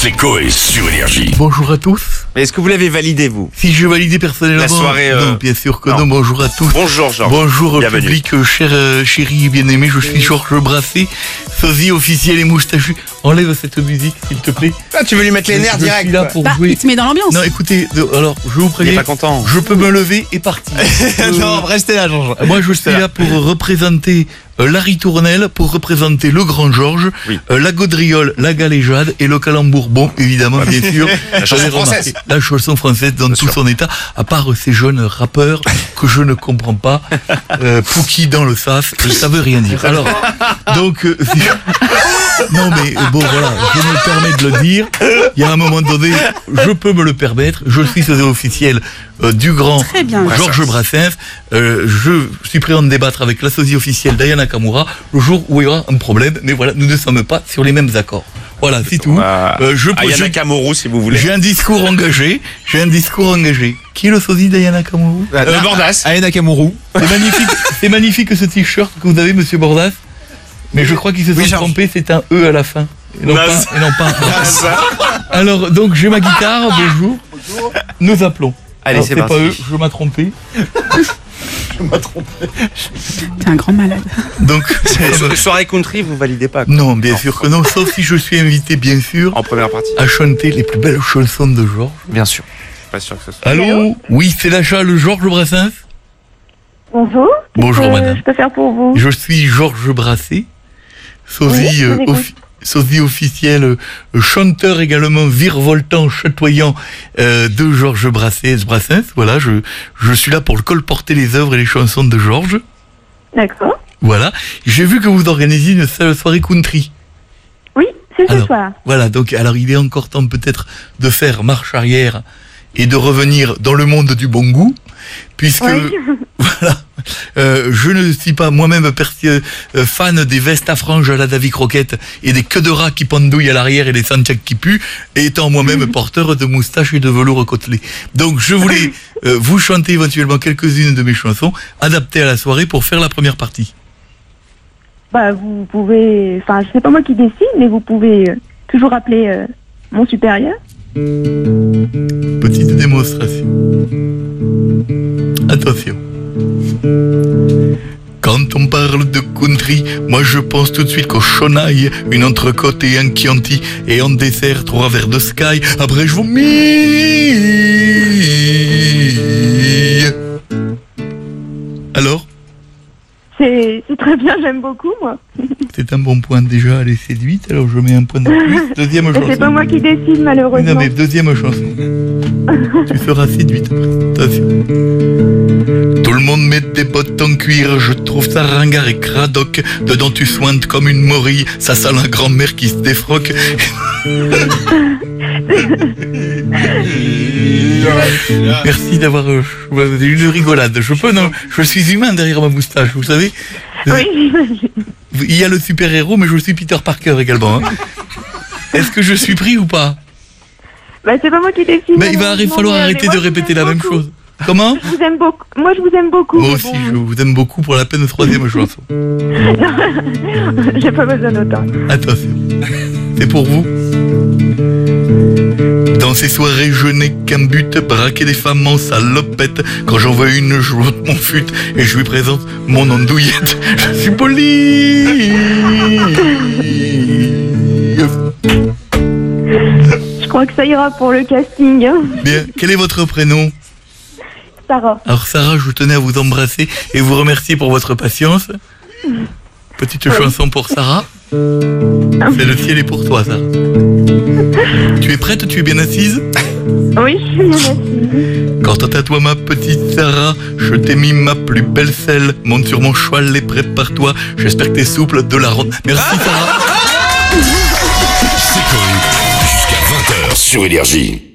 C'est Coé sur Énergie. Bonjour à tous. Mais est-ce que vous l'avez validé, vous? Si je validais personnellement... La soirée... Non, bien sûr que non. non. Bonjour à tous. Bonjour, Georges. Bonjour, bienvenue. public cher, chéri et bien-aimé. Je suis Georges Brassens, sosie officiel et moustachu. Enlève cette musique, s'il te plaît. Ah, tu veux lui mettre les nerfs Je direct, suis là quoi. pour Bah, jouer. il te met dans l'ambiance. Non, écoutez, alors, je vous Il est préviens, pas content. je peux me lever et partir. Non, restez là, Georges. Moi, je suis là pour représenter la ritournelle, pour représenter le Grand Georges, Oui. la gaudriole, la galéjade et le calembour. Bon, évidemment, bien sûr. La chanson Vous avez française. remarqué, la chanson française dans tout son état, à part ces jeunes rappeurs que je ne comprends pas. Pouki dans le sas, ça veut rien dire. Alors, donc, non mais bon voilà, je me permets de le dire. Il y a un moment donné, je peux me le permettre. Je suis sosie officiel du grand Très bien. Georges Brassens. Je suis prêt à en débattre avec la sosie officielle d'Aya Nakamura le jour où il y aura un problème. Mais voilà, nous ne sommes pas sur les mêmes accords. Voilà, c'est tout. Ayana Kamoro, si vous voulez. J'ai un discours engagé. Qui est le sosie d'Ayana Kamuru? Bordas. Ayana Kamuru. C'est magnifique ce t-shirt que vous avez, monsieur Bordas. Mais je crois qu'ils se sont Georges. trompés, c'est un E à la fin. Et non, Bah, pas, et non pas un E. Ah, ça. Alors, donc j'ai ma guitare, bonjour. Nous appelons. Allez, Alors, c'est pas parti. eux, je m'ai trompé. T'es un grand malade. Donc, Soirée country, vous validez pas, quoi. non, bien sûr que non, sauf si je suis invité, bien sûr, En première partie. à chanter les plus belles chansons de Georges. Bien sûr. Pas sûr que ce soit. Allô? Oui, c'est l'achat, le Georges Brassens. Bonjour. Bonjour, Qu'est-ce que madame. je peux faire pour vous? Je suis Georges Brassens, sosie, Oui, je vous écoute. sosie officiel, chanteur également virevoltant, chatoyant de Georges Brassens. Voilà, je suis là pour le colporter les œuvres et les chansons de Georges. D'accord. Voilà, j'ai vu que vous organisiez une seule soirée country. Oui, c'est ce Alors, soir. Voilà, donc alors il est encore temps peut-être de faire marche arrière et de revenir dans le monde du bon goût, puisque Oui. voilà, je ne suis pas moi-même fan des vestes à franges à la Davy Croquette et des queues de rats qui pendouillent à l'arrière et des Santiago qui puent, et étant moi-même porteur de moustaches et de velours côtelé. Donc je voulais vous chanter éventuellement quelques-unes de mes chansons adaptées à la soirée pour faire la première partie. Bah, vous pouvez. Enfin, c'est pas moi qui décide, mais vous pouvez toujours appeler mon supérieur. Petite démonstration. Attention. Quand on parle de country, moi je pense tout de suite cochonaille, une entrecôte et un Chianti, et en dessert 3 verres de Sky, après je vomis. Alors, C'est très bien, j'aime beaucoup, moi. c'est un bon point déjà, elle est séduite, alors je mets un point de plus. Deuxième Mais chanson. c'est pas moi qui décide, malheureusement. Non mais deuxième chanson. Tu seras séduite après. Attention. Tout le monde met des bottes en cuir, je trouve ça ringard et cradoc. Dedans tu sointes comme une morille, ça sent la grand-mère qui se défroque. Merci d'avoir une rigolade. Je peux, non, je suis humain derrière ma moustache, vous savez. Oui, j'imagine. Il y a le super-héros, mais je suis Peter Parker également. Hein. Est-ce que je suis pris ou pas? Bah, c'est pas moi qui décide. Mais il va malheureusement, falloir mais arrêter moi, de je vous répéter aime la même beaucoup. chose. Comment? Je vous aime beaucoup. Moi, je vous aime beaucoup. Moi mais aussi, bon, je vous aime beaucoup pour la peine de troisième chanson. J'ai pas besoin d'autant. Attention, c'est pour vous. Dans ces soirées, je n'ai qu'un but, braquer des femmes en salopette. Quand j'en vois une, je ôte mon fut et je lui présente mon andouillette. Je suis poli. Je crois que ça ira pour le casting. Hein. Bien, quel est votre prénom? Sarah. Alors Sarah, je tenais à vous embrasser et vous remercier pour votre patience. Petite chanson pour Sarah. C'est le ciel est pour toi, Sarah. Tu es prête? Tu es bien assise? Oui, je suis bien assise. Quant à toi, ma petite Sarah, je t'ai mis ma plus belle selle. Monte sur mon cheval et prépare-toi. J'espère que t'es souple de la ronde. Merci, Sarah. C'est Coé. Jusqu'à 20h sur Énergie.